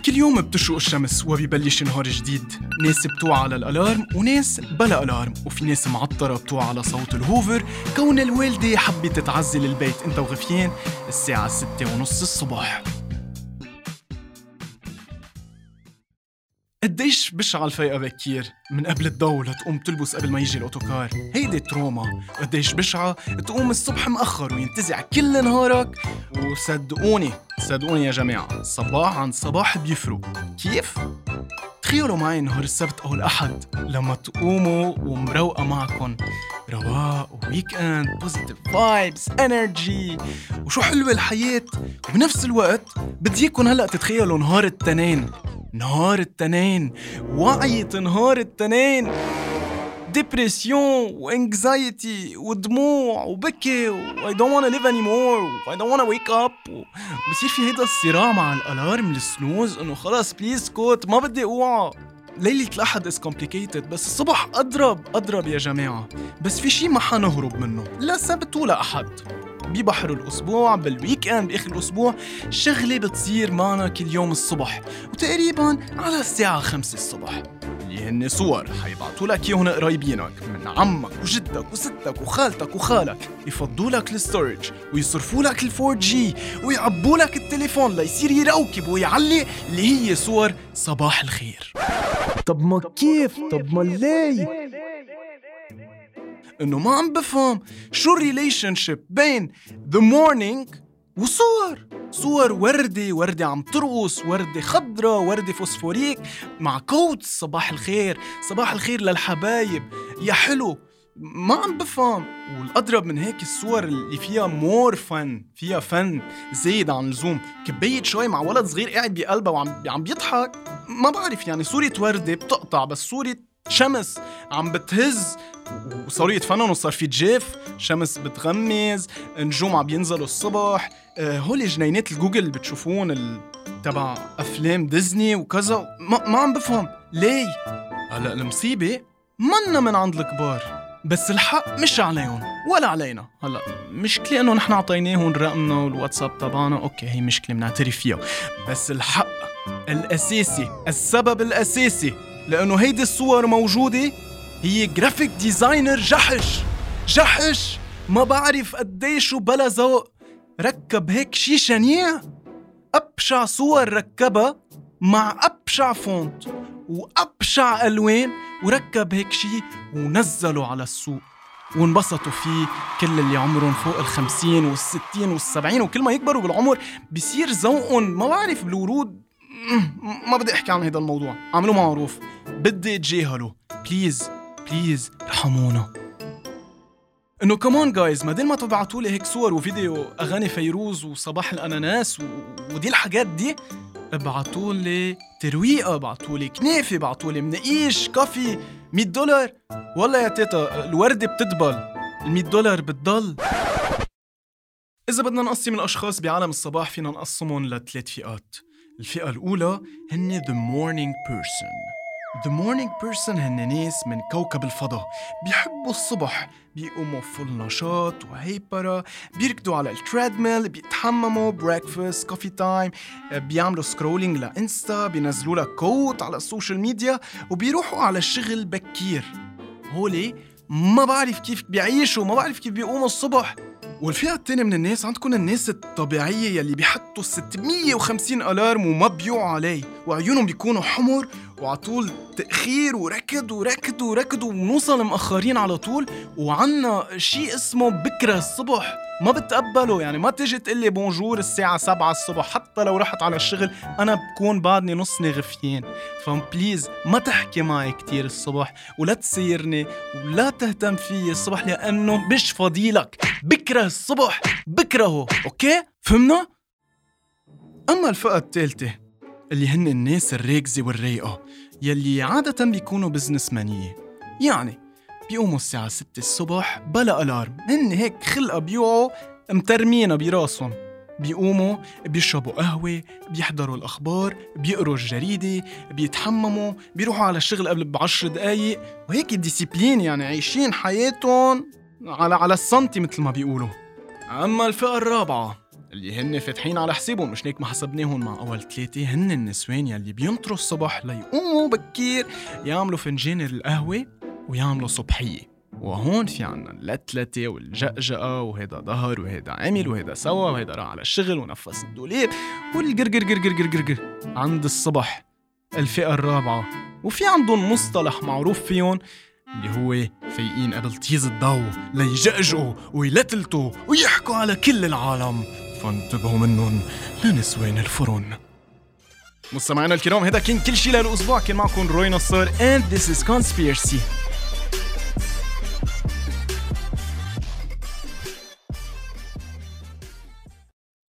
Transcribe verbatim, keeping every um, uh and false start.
كل يوم بتشرق الشمس وبيبلش نهار جديد. ناس بتوعى على الألارم وناس بلا ألارم، وفي ناس معطرة بتوعى على صوت الهوفر كون الوالدة حبت تعزل البيت انت وغفيان الساعة ستة ونص الصبح. قديش بشعة الفيقة بكير من قبل الضو لتقوم تلبس قبل ما يجي الأوتوكار، هيدي تروما. قديش بشعة تقوم الصبح مأخر وينتزع كل نهارك. وصدقوني صدقوني يا جماعة، صباح عن صباح بيفرق. كيف؟ تخيلوا معي نهار السبت أو الأحد لما تقوموا ومروقة معكن رواق وويك اند بوزيتيف فايبس انرجي وشو حلوة الحياة. وبنفس الوقت بديكن هلأ تتخيلوا نهار التنين. نهار التنين وعية نهار التنين، ديبريسيون وانكزايتي ودموع وبكي و I don't wanna live anymore و I don't wanna wake up. وبصير في هيدا الصراع مع الألارم السنوز إنه خلاص بليز كوت ما بدي أوعى. ليلة الأحد is complicated، بس الصبح أضرب أضرب يا جماعة. بس في شي ما حنهرب منه، لا سبت ولا أحد. ببحر الأسبوع بالويك اند بآخر الأسبوع شغلة بتصير معنا كل يوم الصبح، وتقريباً على الساعة خمسة الصبح اللي هن صور حيبعتوا لك يهن قرايبينك من عمك وجدك وستك وخالتك وخالك، يفضوا لك الستورج ويصرفوا لك الفور جي ويعبوا لك التليفون ليصير يروكب ويعلي اللي هي صور صباح الخير. طب ما كيف؟ طب ما ليه؟ إنه ما عم بفهم شو الريليشن شيب بين the morning وصور صور وردة وردة عم ترقص، وردة خضرة، وردة فوسفوريك مع كوت صباح الخير صباح الخير للحبايب يا حلو. ما عم بفهم. والأضرب من هيك الصور اللي فيها مور فن، فيها فن زايد عن اللزوم. كباية شوي مع ولد صغير قاعد بقلبه وعم عم بيضحك، ما بعرف يعني صورة وردة بتقطع، بس صورة شمس عم بتهز وصاروا يتفننوا وصار في جيف شمس بتغمز، نجوم عم بينزلوا الصبح. أه هول جنينات الجوجل اللي بتشوفون ال... تبع أفلام ديزني وكذا. ما, ما عم بفهم ليه. هلأ المصيبة منا من عند الكبار، بس الحق مش عليهم ولا علينا. هلأ مشكلة إنه نحن عطيناهم رقمنا والواتساب تبعنا، أوكي هي مشكلة بنعترف فيها، بس الحق الأساسي السبب الأساسي لأنه هيدي الصور موجودة هي جرافيك ديزاينر جحش جحش ما بعرف قديش وبلا ذوق ركب هيك شي شنيع. أبشع صور ركبها مع أبشع فونت وأبشع ألوان، وركب هيك شي ونزلوا على السوق وانبسطوا فيه كل اللي عمرهم فوق الخمسين والستين والسبعين. وكل ما يكبروا بالعمر بيصير ذوقهم ما بعرف بالورود. ما بدي أحكي عن هذا الموضوع، عملوا معروف بدي اتجاهلوا بليز بليز ارحمونا. انه كمان جايز ما دل ما تبعتوا لي هيك صور وفيديو اغاني فيروز وصباح الاناناس و... ودي الحاجات دي، ابعتوا لي ترويقه، ابعتوا لي كنافه، ابعتوا لي منقيش كافي مية دولار. والله يا تيتا الورده بتدبل، المية دولار بتضل. اذا بدنا نقسم الاشخاص بعالم الصباح فينا نقسمهم لثلاث فئات. الفئة الأولى هن the morning person. The morning person هن ناس من كوكب الفضاء، بيحبوا الصبح، بيقوموا فل نشاط وهيبرة، بيركضوا على التريدميل، بيتحمموا بريكفاست كوفي تايم، بيعملوا سكرولينج لإنستا، بينزلوا لك كوت على السوشيال ميديا، وبيروحوا على الشغل بكير. هولي ما بعرف كيف بيعيشوا، ما بعرف كيف بيقوموا الصبح. والفئة التانية من الناس عندكم الناس الطبيعية يلي بيحطوا ستمية وخمسين ألارم وما بيوعوا عليه، وعيونهم بيكونوا حمر وعطول تأخير وركض وركض وركض ونوصل مأخرين على طول. وعنا شي اسمه بكرة الصبح ما بتقبله، يعني ما تيجي تقلي بونجور الساعة سبعة الصبح حتى لو رحت على الشغل أنا بكون بعدني نصني غفيان. فبليز ما تحكي معي كتير الصبح ولا تسيرني ولا تهتم فيي الصبح لأنه مش فضيلك. بكرة الصبح بكرهه، أوكي؟ فهمنا؟ أما الفئة الثالثة اللي هن الناس الراكزة والرايقة يلي عادة بيكونوا بزنسمانية، يعني بيقوموا الساعة ستة الصبح بلا ألارم، هن هيك خلقة بيوعوا مترمينا براسهم. بيقوموا بيشربوا قهوة، بيحضروا الأخبار، بيقروا الجريدة، بيتحمموا، بيروحوا على الشغل قبل بعشر دقايق، وهيك الديسيبلين، يعني عايشين حياتهم على على السنتي مثل ما بيقولوا. أما الفئة الرابعة اللي هن فاتحين على حسابهم، مش هيك ما حسبناهم مع أول ثلاثة، هن النسوان يلي بينطروا الصبح ليقوموا بكير يعملوا فنجان القهوة ويعملوا صبحية. وهون في عنا اللتلتة والجقجقة، وهيدا ظهر وهيدا عمل وهيدا سوا وهيدا راح على الشغل ونفس الدولاب والجرجرجرجرجرجر عند الصبح الفئة الرابعة. وفي عندهم مصطلح معروف فيهم اللي هو فايقين قبل تيز الضو ليجقجقوا ويلتلتوا ويحكوا على كل العالم، فانتبهوا منهم لنسوان الفرن. مستمعينا الكرام، هذا كان كل شي لهالأسبوع. كان معكم روي نصار and this is Conspiracy.